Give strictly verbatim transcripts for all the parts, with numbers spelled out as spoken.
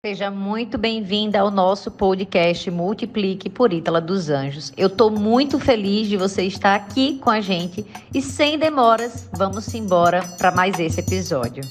Seja muito bem-vinda ao nosso podcast Multiplique por Ítala dos Anjos. Eu estou muito feliz de você estar aqui com a gente e sem demoras, vamos embora para mais esse episódio.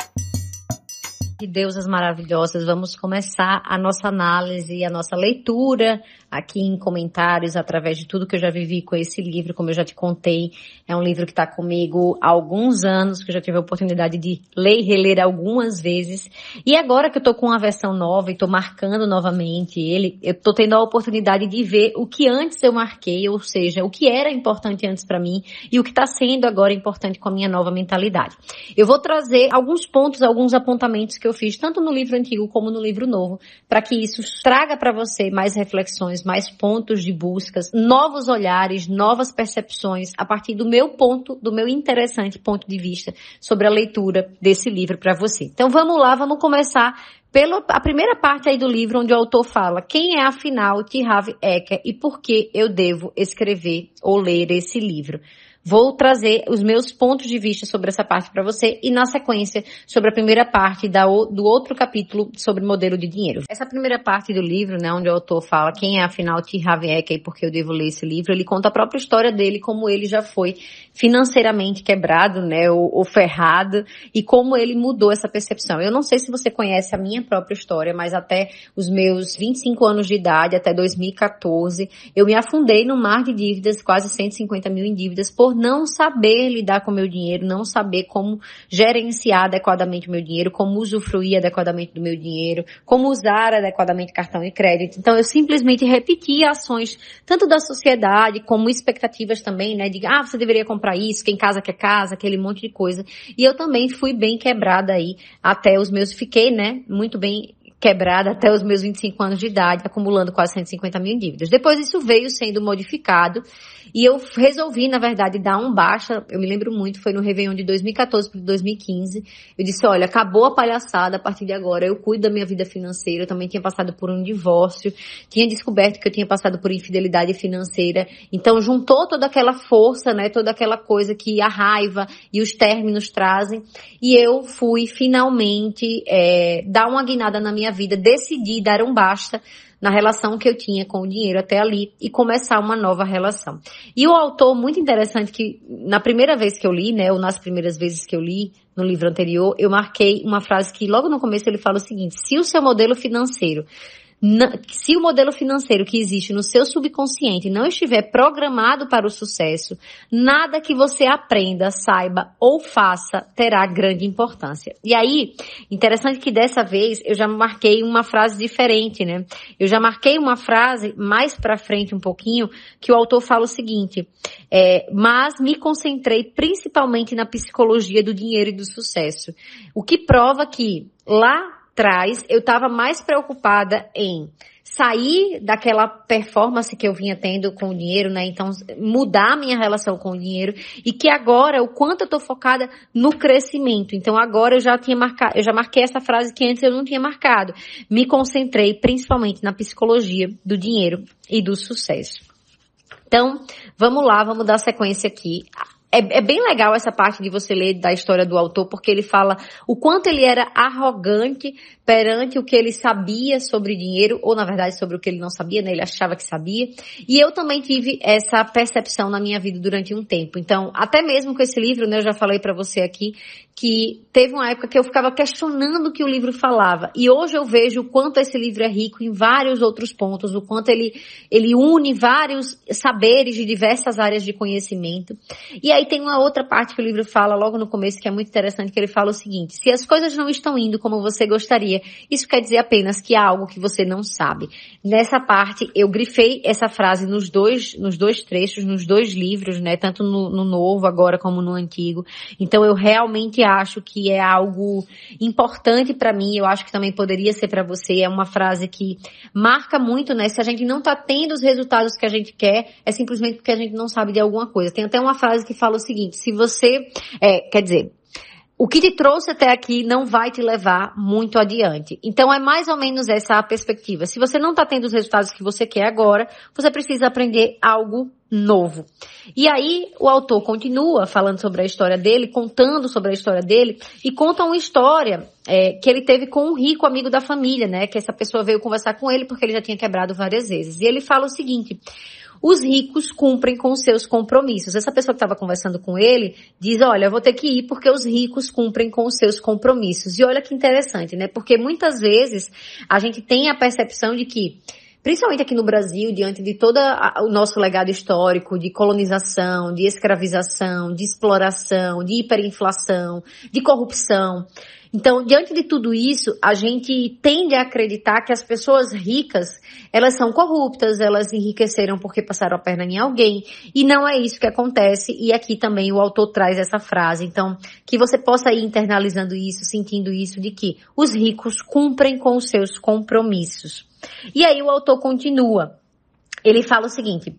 De Deusas maravilhosas, vamos começar a nossa análise, a nossa leitura aqui em comentários, através de tudo que eu já vivi com esse livro, como eu já te contei. É um livro que está comigo há alguns anos, que eu já tive a oportunidade de ler e reler algumas vezes. E agora que eu estou com uma versão nova e estou marcando novamente ele, eu estou tendo a oportunidade de ver o que antes eu marquei, ou seja, o que era importante antes para mim e o que está sendo agora importante com a minha nova mentalidade. Eu vou trazer alguns pontos, alguns apontamentos que eu fiz, tanto no livro antigo como no livro novo, para que isso traga para você mais reflexões, mais pontos de buscas, novos olhares, novas percepções, a partir do meu ponto, do meu interessante ponto de vista sobre a leitura desse livro para você. Então vamos lá, vamos começar pela a primeira parte aí do livro, onde o autor fala quem é afinal T. Harv Eker e por que eu devo escrever ou ler esse livro. Vou trazer os meus pontos de vista sobre essa parte para você e, na sequência, sobre a primeira parte da, do outro capítulo sobre modelo de dinheiro. Essa primeira parte do livro, né, onde o autor fala quem é, afinal, T. Harv Eker e por que eu devo ler esse livro, ele conta a própria história dele, como ele já foi financeiramente quebrado, né, ou, ou ferrado, e como ele mudou essa percepção. Eu não sei se você conhece a minha própria história, mas até os meus vinte e cinco anos de idade, até dois mil e quatorze, eu me afundei no mar de dívidas, quase cento e cinquenta mil em dívidas, por não saber lidar com o meu dinheiro, não saber como gerenciar adequadamente o meu dinheiro, como usufruir adequadamente do meu dinheiro, como usar adequadamente cartão e crédito. Então eu simplesmente repetia ações, tanto da sociedade, como expectativas também, né, de, ah, você deveria comprar isso, quem casa quer casa, aquele monte de coisa. E eu também fui bem quebrada aí, até os meus, fiquei, né, muito bem quebrada até os meus vinte e cinco anos de idade, acumulando quase cento e cinquenta mil em dívidas. Depois isso veio sendo modificado e eu resolvi, na verdade, dar um baixa. Eu me lembro muito, foi no Réveillon de dois mil e quatorze para dois mil e quinze. Eu disse, olha, acabou a palhaçada, a partir de agora eu cuido da minha vida financeira. Eu também tinha passado por um divórcio, tinha descoberto que eu tinha passado por infidelidade financeira. Então juntou toda aquela força, né, toda aquela coisa que a raiva e os términos trazem. E eu fui finalmente é, dar uma guinada na minha vida, decidi dar um basta na relação que eu tinha com o dinheiro até ali e começar uma nova relação. E o autor, muito interessante, que na primeira vez que eu li, né, ou nas primeiras vezes que eu li no livro anterior, eu marquei uma frase que logo no começo ele fala o seguinte: se o seu modelo financeiro se o modelo financeiro que existe no seu subconsciente não estiver programado para o sucesso, nada que você aprenda, saiba ou faça terá grande importância. E aí, interessante que dessa vez eu já marquei uma frase diferente, né? Eu já marquei uma frase mais pra frente um pouquinho, que o autor fala o seguinte, é, mas me concentrei principalmente na psicologia do dinheiro e do sucesso. O que prova que lá atrás, eu estava mais preocupada em sair daquela performance que eu vinha tendo com o dinheiro, né? Então, mudar a minha relação com o dinheiro e que agora, o quanto eu estou focada no crescimento. Então, agora eu já tinha marcado, eu já marquei essa frase que antes eu não tinha marcado. Me concentrei principalmente na psicologia do dinheiro e do sucesso. Então, vamos lá, vamos dar sequência aqui. É, é bem legal essa parte de você ler da história do autor, porque ele fala o quanto ele era arrogante perante o que ele sabia sobre dinheiro, ou na verdade sobre o que ele não sabia, né? Ele achava que sabia. E eu também tive essa percepção na minha vida durante um tempo. Então, até mesmo com esse livro, né, eu já falei pra você aqui, que teve uma época que eu ficava questionando o que o livro falava. E hoje eu vejo o quanto esse livro é rico em vários outros pontos, o quanto ele, ele une vários saberes de diversas áreas de conhecimento. E aí tem uma outra parte que o livro fala logo no começo, que é muito interessante, que ele fala o seguinte: se as coisas não estão indo como você gostaria, isso quer dizer apenas que há algo que você não sabe. Nessa parte, eu grifei essa frase nos dois, nos dois trechos, nos dois livros, né? Tanto no, no novo agora como no antigo. Então eu realmente acho que é algo importante para mim, eu acho que também poderia ser para você. É uma frase que marca muito, né? Se a gente não tá tendo os resultados que a gente quer, é simplesmente porque a gente não sabe de alguma coisa. Tem até uma frase que fala o seguinte: se você, é, quer dizer, o que te trouxe até aqui não vai te levar muito adiante. Então é mais ou menos essa a perspectiva. Se você não está tendo os resultados que você quer agora, você precisa aprender algo novo. E aí o autor continua falando sobre a história dele, contando sobre a história dele, e conta uma história é, que ele teve com um rico amigo da família, né? Que essa pessoa veio conversar com ele porque ele já tinha quebrado várias vezes. E ele fala o seguinte: os ricos cumprem com seus compromissos. Essa pessoa que estava conversando com ele diz, olha, eu vou ter que ir porque os ricos cumprem com os seus compromissos. E olha que interessante, né? Porque muitas vezes a gente tem a percepção de que, principalmente aqui no Brasil, diante de todo o nosso legado histórico de colonização, de escravização, de exploração, de hiperinflação, de corrupção. Então, diante de tudo isso, a gente tende a acreditar que as pessoas ricas, elas são corruptas, elas enriqueceram porque passaram a perna em alguém, e não é isso que acontece, e aqui também o autor traz essa frase. Então, que você possa ir internalizando isso, sentindo isso, de que os ricos cumprem com os seus compromissos. E aí o autor continua, ele fala o seguinte,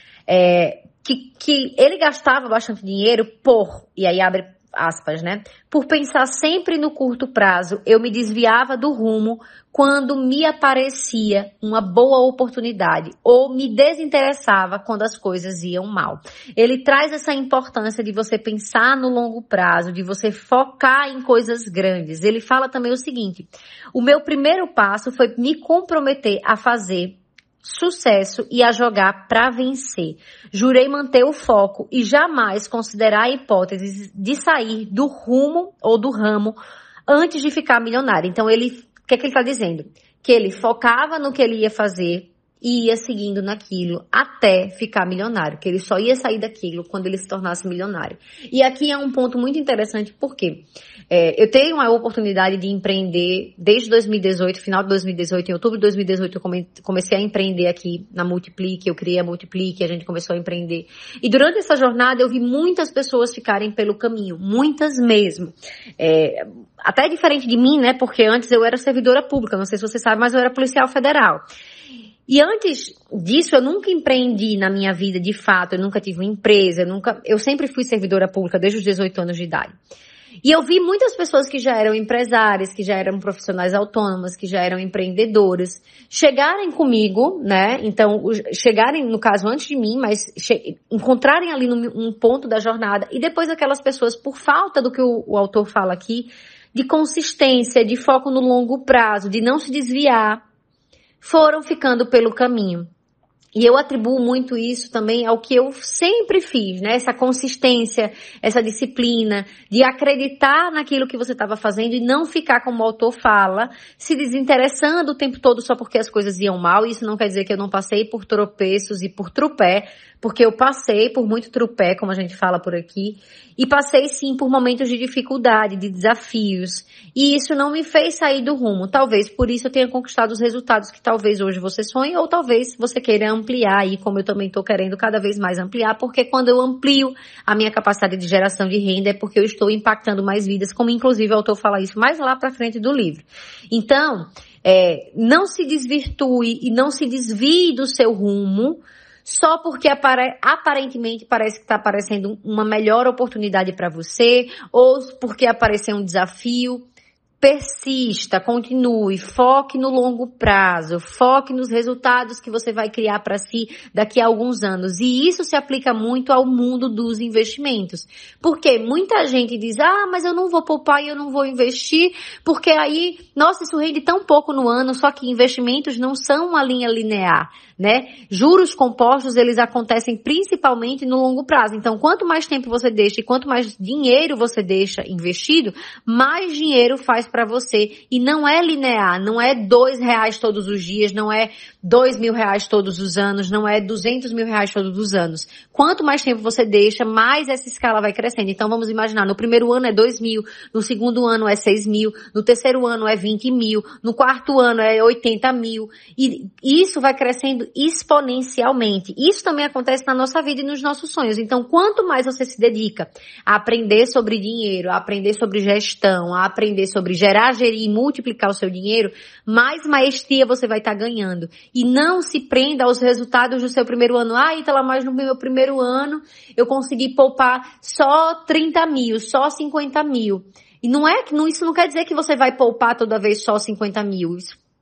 é, que, que ele gastava bastante dinheiro por, e aí abre aspas, né? Por pensar sempre no curto prazo, eu me desviava do rumo quando me aparecia uma boa oportunidade ou me desinteressava quando as coisas iam mal. Ele traz essa importância de você pensar no longo prazo, de você focar em coisas grandes. Ele fala também o seguinte, o meu primeiro passo foi me comprometer a fazer sucesso e a jogar para vencer. Jurei manter o foco e jamais considerar a hipótese de sair do rumo ou do ramo antes de ficar milionário. Então, ele, o que é que ele está dizendo? Que ele focava no que ele ia fazer e ia seguindo naquilo até ficar milionário, que ele só ia sair daquilo quando ele se tornasse milionário. E aqui é um ponto muito interessante, porque é, eu tenho a oportunidade de empreender desde dois mil e dezoito, final de dois mil e dezoito, em outubro de dois mil e dezoito eu comecei a empreender aqui na Multiplique, eu criei a Multiplique, a gente começou a empreender. E durante essa jornada eu vi muitas pessoas ficarem pelo caminho, muitas mesmo. É, até diferente de mim, né, porque antes eu era servidora pública, não sei se você sabe, mas eu era policial federal. E antes disso, eu nunca empreendi na minha vida de fato, eu nunca tive uma empresa, eu, nunca, eu sempre fui servidora pública desde os dezoito anos de idade. E eu vi muitas pessoas que já eram empresárias, que já eram profissionais autônomas, que já eram empreendedoras, chegarem comigo, né? Então, chegarem, no caso, antes de mim, mas che- encontrarem ali num um ponto da jornada, e depois aquelas pessoas, por falta do que o, o autor fala aqui, de consistência, de foco no longo prazo, de não se desviar, foram ficando pelo caminho. E eu atribuo muito isso também ao que eu sempre fiz, né? Essa consistência, essa disciplina de acreditar naquilo que você estava fazendo e não ficar, como o autor fala, se desinteressando o tempo todo só porque as coisas iam mal. Isso não quer dizer que eu não passei por tropeços e por trupé, porque eu passei por muito trupé, como a gente fala por aqui, e passei sim por momentos de dificuldade, de desafios, e isso não me fez sair do rumo. Talvez por isso eu tenha conquistado os resultados que talvez hoje você sonhe, ou talvez você queira ampliar aí, como eu também estou querendo cada vez mais ampliar, porque quando eu amplio a minha capacidade de geração de renda é porque eu estou impactando mais vidas, como inclusive o autor fala isso mais lá para frente do livro. Então, é, não se desvirtue e não se desvie do seu rumo, só porque apare- aparentemente parece que está aparecendo uma melhor oportunidade para você, ou porque apareceu um desafio. Persista, continue, foque no longo prazo, foque nos resultados que você vai criar para si daqui a alguns anos. E isso se aplica muito ao mundo dos investimentos. Porque muita gente diz, ah, mas eu não vou poupar e eu não vou investir, porque aí, nossa, isso rende tão pouco no ano, só que investimentos não são uma linha linear, né? Juros compostos, eles acontecem principalmente no longo prazo. Então, quanto mais tempo você deixa e quanto mais dinheiro você deixa investido, mais dinheiro faz para você. E não é linear, não é dois reais todos os dias, não é dois mil reais todos os anos, não é duzentos mil reais todos os anos. Quanto mais tempo você deixa, mais essa escala vai crescendo. Então, vamos imaginar, no primeiro ano é dois mil, no segundo ano é seis mil, no terceiro ano é vinte mil, no quarto ano é oitenta mil. E isso vai crescendo exponencialmente. Isso também acontece na nossa vida e nos nossos sonhos. Então, quanto mais você se dedica a aprender sobre dinheiro, a aprender sobre gestão, a aprender sobre gerar, gerir e multiplicar o seu dinheiro, mais maestria você vai estar ganhando. E não se prenda aos resultados do seu primeiro ano. Ah, Ítala, mas no meu primeiro ano eu consegui poupar só trinta mil, só cinquenta mil. E não é, isso não quer dizer que você vai poupar toda vez só cinquenta mil. Isso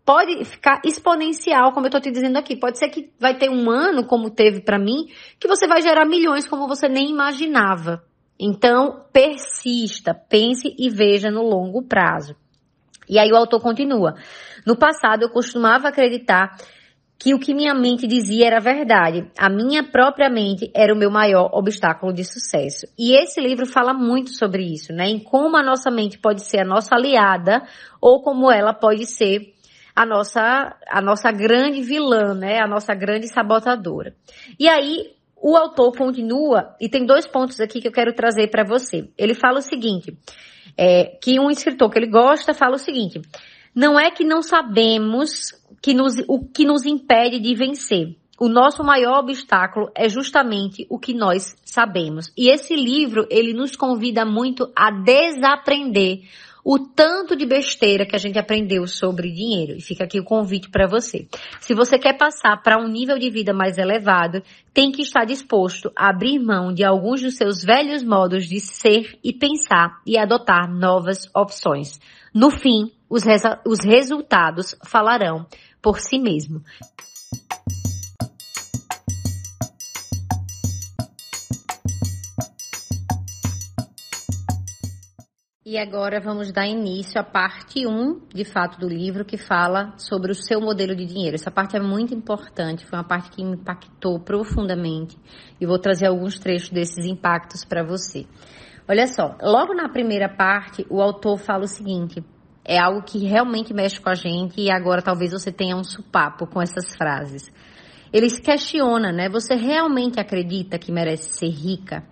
pode ficar exponencial, como eu tô te dizendo aqui. Pode ser que vai ter um ano, como teve para mim, que você vai gerar milhões como você nem imaginava. Então, persista, pense e veja no longo prazo. E aí o autor continua. No passado, eu costumava acreditar que o que minha mente dizia era verdade. A minha própria mente era o meu maior obstáculo de sucesso. E esse livro fala muito sobre isso, né? Em como a nossa mente pode ser a nossa aliada ou como ela pode ser a nossa, a nossa grande vilã, né? A nossa grande sabotadora. E aí, o autor continua, e tem dois pontos aqui que eu quero trazer para você. Ele fala o seguinte, é, que um escritor que ele gosta fala o seguinte, não é que não sabemos que nos, o que nos impede de vencer. O nosso maior obstáculo é justamente o que nós sabemos. E esse livro, ele nos convida muito a desaprender o tanto de besteira que a gente aprendeu sobre dinheiro. E fica aqui o convite para você. Se você quer passar para um nível de vida mais elevado, tem que estar disposto a abrir mão de alguns dos seus velhos modos de ser e pensar e adotar novas opções. No fim, os, res- os resultados falarão por si mesmo. E agora vamos dar início à parte um, de fato, do livro, que fala sobre o seu modelo de dinheiro. Essa parte é muito importante, foi uma parte que me impactou profundamente e vou trazer alguns trechos desses impactos para você. Olha só, logo na primeira parte, o autor fala o seguinte, é algo que realmente mexe com a gente e agora talvez você tenha um supapo com essas frases. Ele se questiona, né? Você realmente acredita que merece ser rica?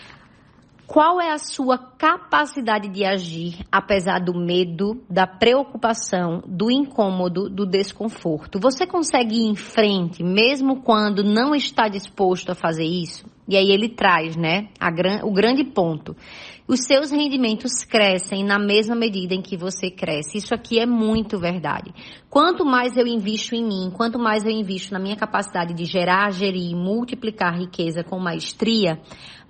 Qual é a sua capacidade de agir, apesar do medo, da preocupação, do incômodo, do desconforto? Você consegue ir em frente, mesmo quando não está disposto a fazer isso? E aí ele traz, né, a gran- o grande ponto. Os seus rendimentos crescem na mesma medida em que você cresce. Isso aqui é muito verdade. Quanto mais eu invisto em mim, quanto mais eu invisto na minha capacidade de gerar, gerir e multiplicar riqueza com maestria,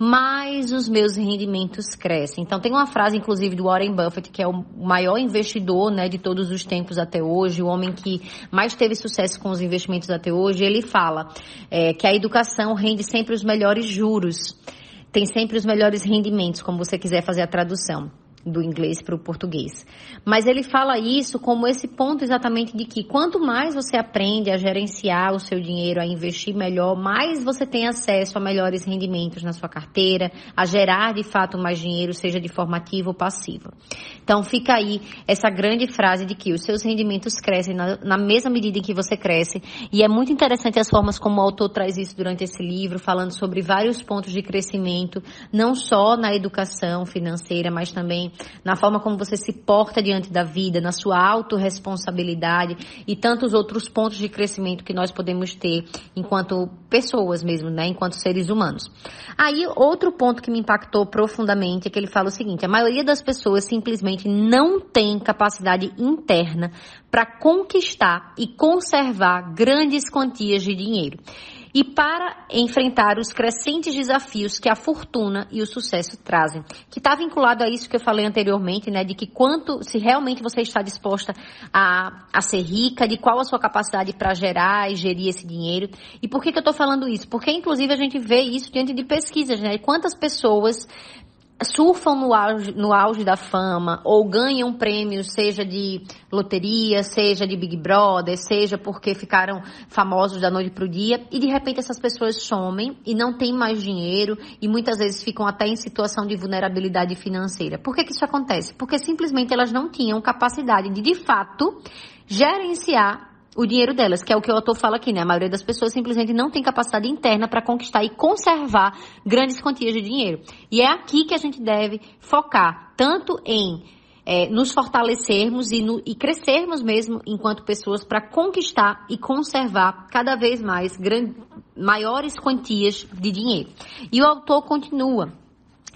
mais os meus rendimentos crescem. Então tem uma frase, inclusive, do Warren Buffett, que é o maior investidor, né, de todos os tempos até hoje, o homem que mais teve sucesso com os investimentos até hoje. Ele fala é, que a educação rende sempre os melhores juros. Tem sempre os melhores rendimentos, como você quiser fazer a tradução do inglês para o português. Mas ele fala isso como esse ponto exatamente de que quanto mais você aprende a gerenciar o seu dinheiro, a investir melhor, mais você tem acesso a melhores rendimentos na sua carteira, a gerar de fato mais dinheiro, seja de forma ativa ou passiva. Então fica aí essa grande frase de que os seus rendimentos crescem na, na mesma medida em que você cresce, e é muito interessante as formas como o autor traz isso durante esse livro, falando sobre vários pontos de crescimento, não só na educação financeira, mas também na forma como você se porta diante da vida, na sua autorresponsabilidade e tantos outros pontos de crescimento que nós podemos ter enquanto pessoas mesmo, né? Enquanto seres humanos. Aí, outro ponto que me impactou profundamente é que ele fala o seguinte, a maioria das pessoas simplesmente não tem capacidade interna para conquistar e conservar grandes quantias de dinheiro. E para enfrentar os crescentes desafios que a fortuna e o sucesso trazem. Que está vinculado a isso que eu falei anteriormente, né? De que quanto, se realmente você está disposta a, a ser rica, de qual a sua capacidade para gerar e gerir esse dinheiro. E por que que eu estou falando isso? Porque, inclusive, a gente vê isso diante de pesquisas, né? Quantas pessoas surfam no auge, no auge da fama ou ganham prêmios, seja de loteria, seja de Big Brother, seja porque ficaram famosos da noite pro dia, e de repente essas pessoas somem e não têm mais dinheiro e muitas vezes ficam até em situação de vulnerabilidade financeira. Por que que isso acontece? Porque simplesmente elas não tinham capacidade de, de fato, gerenciar o dinheiro delas, que é o que o autor fala aqui, né? A maioria das pessoas simplesmente não tem capacidade interna para conquistar e conservar grandes quantias de dinheiro. E é aqui que a gente deve focar, tanto em é, nos fortalecermos e, no, e crescermos mesmo enquanto pessoas para conquistar e conservar cada vez mais grandes, maiores quantias de dinheiro. E o autor continua.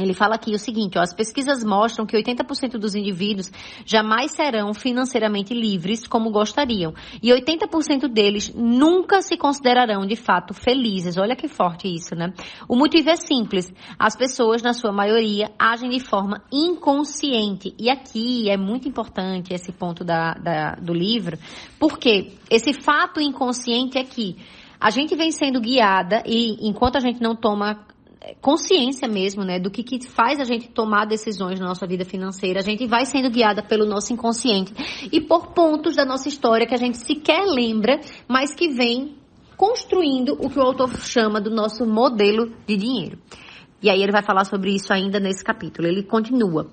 Ele fala aqui o seguinte, ó, as pesquisas mostram que oitenta por cento dos indivíduos jamais serão financeiramente livres como gostariam. E oitenta por cento deles nunca se considerarão de fato felizes. Olha que forte isso, né? O motivo é simples. As pessoas, na sua maioria, agem de forma inconsciente. E aqui é muito importante esse ponto da, da, do livro, porque esse fato inconsciente é que a gente vem sendo guiada e enquanto a gente não toma consciência mesmo, né, do que, que faz a gente tomar decisões na nossa vida financeira, a gente vai sendo guiada pelo nosso inconsciente e por pontos da nossa história que a gente sequer lembra, mas que vem construindo o que o autor chama do nosso modelo de dinheiro. E aí ele vai falar sobre isso ainda nesse capítulo. Ele continua.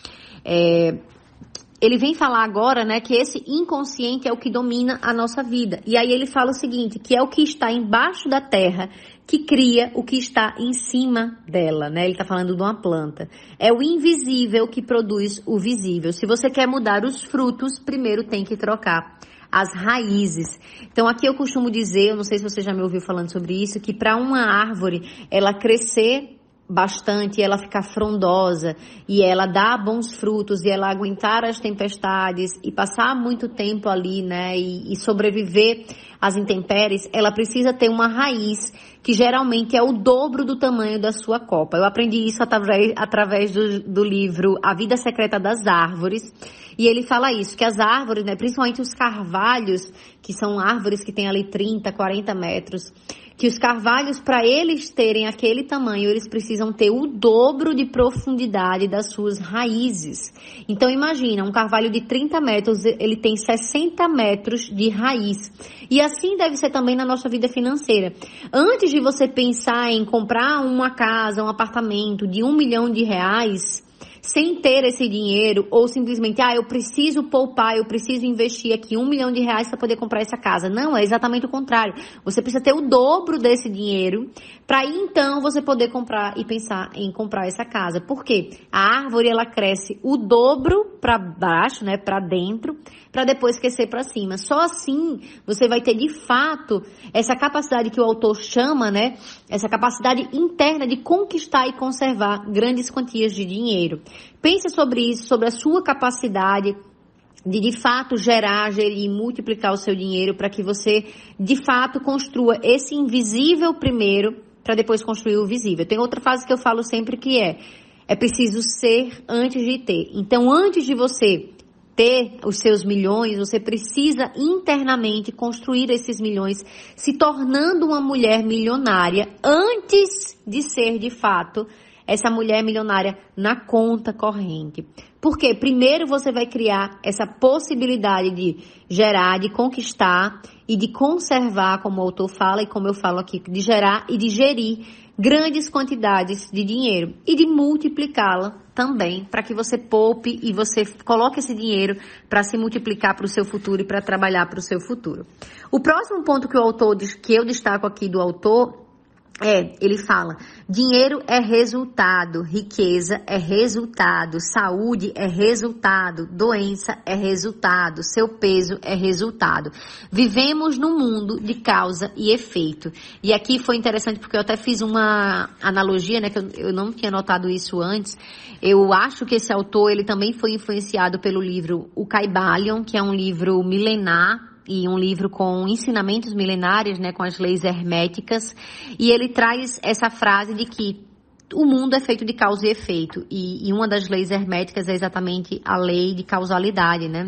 É... Ele vem falar agora, né, que esse inconsciente é o que domina a nossa vida. E aí ele fala o seguinte, que é o que está embaixo da terra que cria o que está em cima dela, né? Ele está falando de uma planta. É o invisível que produz o visível. Se você quer mudar os frutos, primeiro tem que trocar as raízes. Então aqui eu costumo dizer, eu não sei se você já me ouviu falando sobre isso, que para uma árvore ela crescer bastante, ela ficar frondosa e ela dar bons frutos e ela aguentar as tempestades e passar muito tempo ali, né, e, e sobreviver às intempéries, ela precisa ter uma raiz que geralmente é o dobro do tamanho da sua copa. Eu aprendi isso através, através do, do livro A Vida Secreta das Árvores, e ele fala isso, que as árvores, né, principalmente os carvalhos, que são árvores que têm ali trinta, quarenta metros, que os carvalhos, para eles terem aquele tamanho, eles precisam ter o dobro de profundidade das suas raízes. Então, imagina, um carvalho de trinta metros, ele tem sessenta metros de raiz. E assim deve ser também na nossa vida financeira. Antes de você pensar em comprar uma casa, um apartamento de um milhão de reais, sem ter esse dinheiro, ou simplesmente, ah, eu preciso poupar, eu preciso investir aqui um milhão de reais para poder comprar essa casa. Não, é exatamente o contrário. Você precisa ter o dobro desse dinheiro para aí então você poder comprar e pensar em comprar essa casa. Por quê? A árvore, ela cresce o dobro para baixo, né, para dentro, para depois crescer para cima. Só assim você vai ter de fato essa capacidade que o autor chama, né, essa capacidade interna de conquistar e conservar grandes quantias de dinheiro. Pense sobre isso, sobre a sua capacidade de, de fato, gerar, gerir, multiplicar o seu dinheiro para que você, de fato, construa esse invisível primeiro para depois construir o visível. Tem outra frase que eu falo sempre que é, é preciso ser antes de ter. Então, antes de você ter os seus milhões, você precisa internamente construir esses milhões, se tornando uma mulher milionária antes de ser, de fato, essa mulher milionária na conta corrente. Porque primeiro você vai criar essa possibilidade de gerar, de conquistar e de conservar, como o autor fala e como eu falo aqui, de gerar e de gerir grandes quantidades de dinheiro e de multiplicá-la também, para que você poupe e você coloque esse dinheiro para se multiplicar para o seu futuro e para trabalhar para o seu futuro. O próximo ponto que o autor, que eu destaco aqui do autor, É, ele fala, dinheiro é resultado, riqueza é resultado, saúde é resultado, doença é resultado, seu peso é resultado. Vivemos num mundo de causa e efeito. E aqui foi interessante porque eu até fiz uma analogia, né, que eu, eu não tinha notado isso antes. Eu acho que esse autor, ele também foi influenciado pelo livro O Kybalion, que é um livro milenar, e um livro com ensinamentos milenários, né, com as leis herméticas, e ele traz essa frase de que o mundo é feito de causa e efeito, e, e uma das leis herméticas é exatamente a lei de causalidade, né?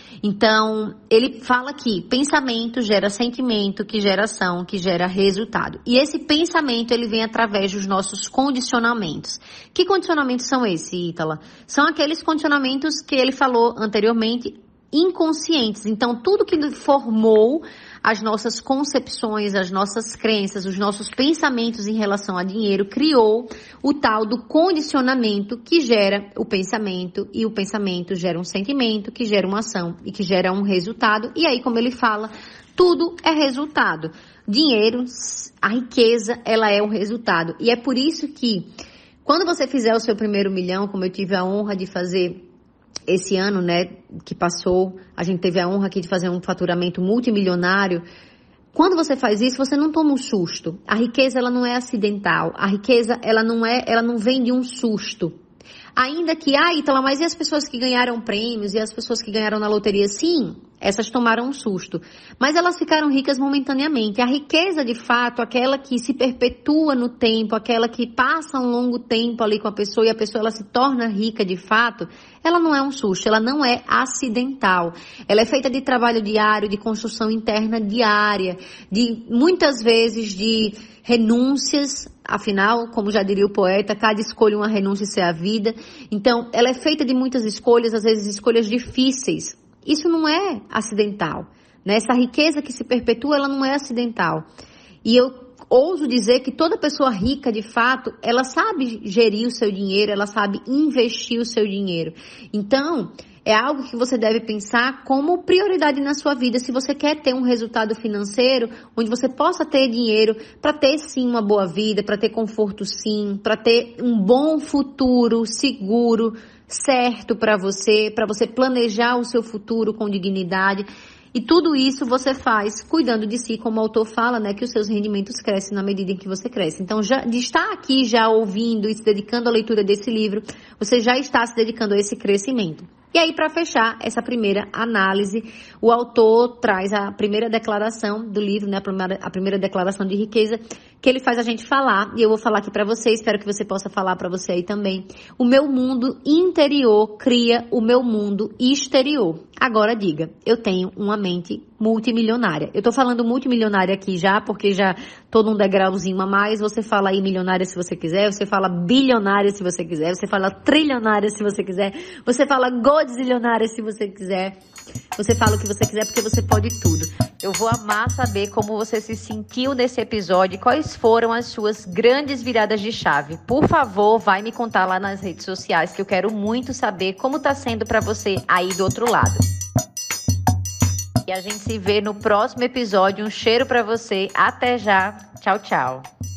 Então, ele fala que pensamento gera sentimento, que gera ação, que gera resultado. E esse pensamento, ele vem através dos nossos condicionamentos. Que condicionamentos são esses, Ítala? São aqueles condicionamentos que ele falou anteriormente, inconscientes. Então, tudo que formou as nossas concepções, as nossas crenças, os nossos pensamentos em relação a dinheiro, criou o tal do condicionamento que gera o pensamento, e o pensamento gera um sentimento, que gera uma ação e que gera um resultado. E aí, como ele fala, tudo é resultado. Dinheiro, a riqueza, ela é o resultado. E é por isso que, quando você fizer o seu primeiro milhão, como eu tive a honra de fazer esse ano, né, que passou, a gente teve a honra aqui de fazer um faturamento multimilionário. quando você faz isso, você não toma um susto. A riqueza, ela não é acidental. A riqueza, ela não é, ela não vem de um susto. Ainda que, ah, Ítala, mas e as pessoas que ganharam prêmios e as pessoas que ganharam na loteria? Sim, essas tomaram um susto. Mas elas ficaram ricas momentaneamente. A riqueza, de fato, aquela que se perpetua no tempo, aquela que passa um longo tempo ali com a pessoa e a pessoa ela se torna rica de fato, ela não é um susto, ela não é acidental. Ela é feita de trabalho diário, de construção interna diária, de muitas vezes de renúncias. Afinal, como já diria o poeta, cada escolha uma renúncia e ser a vida. Então, ela é feita de muitas escolhas, às vezes escolhas difíceis. Isso não é acidental, né? Essa riqueza que se perpetua, ela não é acidental. E eu ouso dizer que toda pessoa rica, de fato, ela sabe gerir o seu dinheiro, ela sabe investir o seu dinheiro. Então, é algo que você deve pensar como prioridade na sua vida. Se você quer ter um resultado financeiro, onde você possa ter dinheiro para ter sim uma boa vida, para ter conforto sim, para ter um bom futuro seguro, certo para você, para você planejar o seu futuro com dignidade. E tudo isso você faz cuidando de si, como o autor fala, né, que os seus rendimentos crescem na medida em que você cresce. Então, já, de estar aqui já ouvindo e se dedicando à leitura desse livro, você já está se dedicando a esse crescimento. E aí, para fechar essa primeira análise, o autor traz a primeira declaração do livro, né, a primeira, a primeira declaração de riqueza, que ele faz a gente falar, e eu vou falar aqui para você, espero que você possa falar para você aí também. O meu mundo interior cria o meu mundo exterior. Agora diga, eu tenho uma mente multimilionária. Eu tô falando multimilionária aqui já, porque já tô num degrauzinho a mais. Você fala aí milionária se você quiser, você fala bilionária se você quiser, você fala trilionária se você quiser, você fala godzilionária se você quiser. Você fala o que você quiser porque você pode tudo. Eu vou amar saber como você se sentiu nesse episódio e quais foram as suas grandes viradas de chave. Por favor, vai me contar lá nas redes sociais que eu quero muito saber como tá sendo para você aí do outro lado. E a gente se vê no próximo episódio. Um cheiro para você. Até já. Tchau, tchau.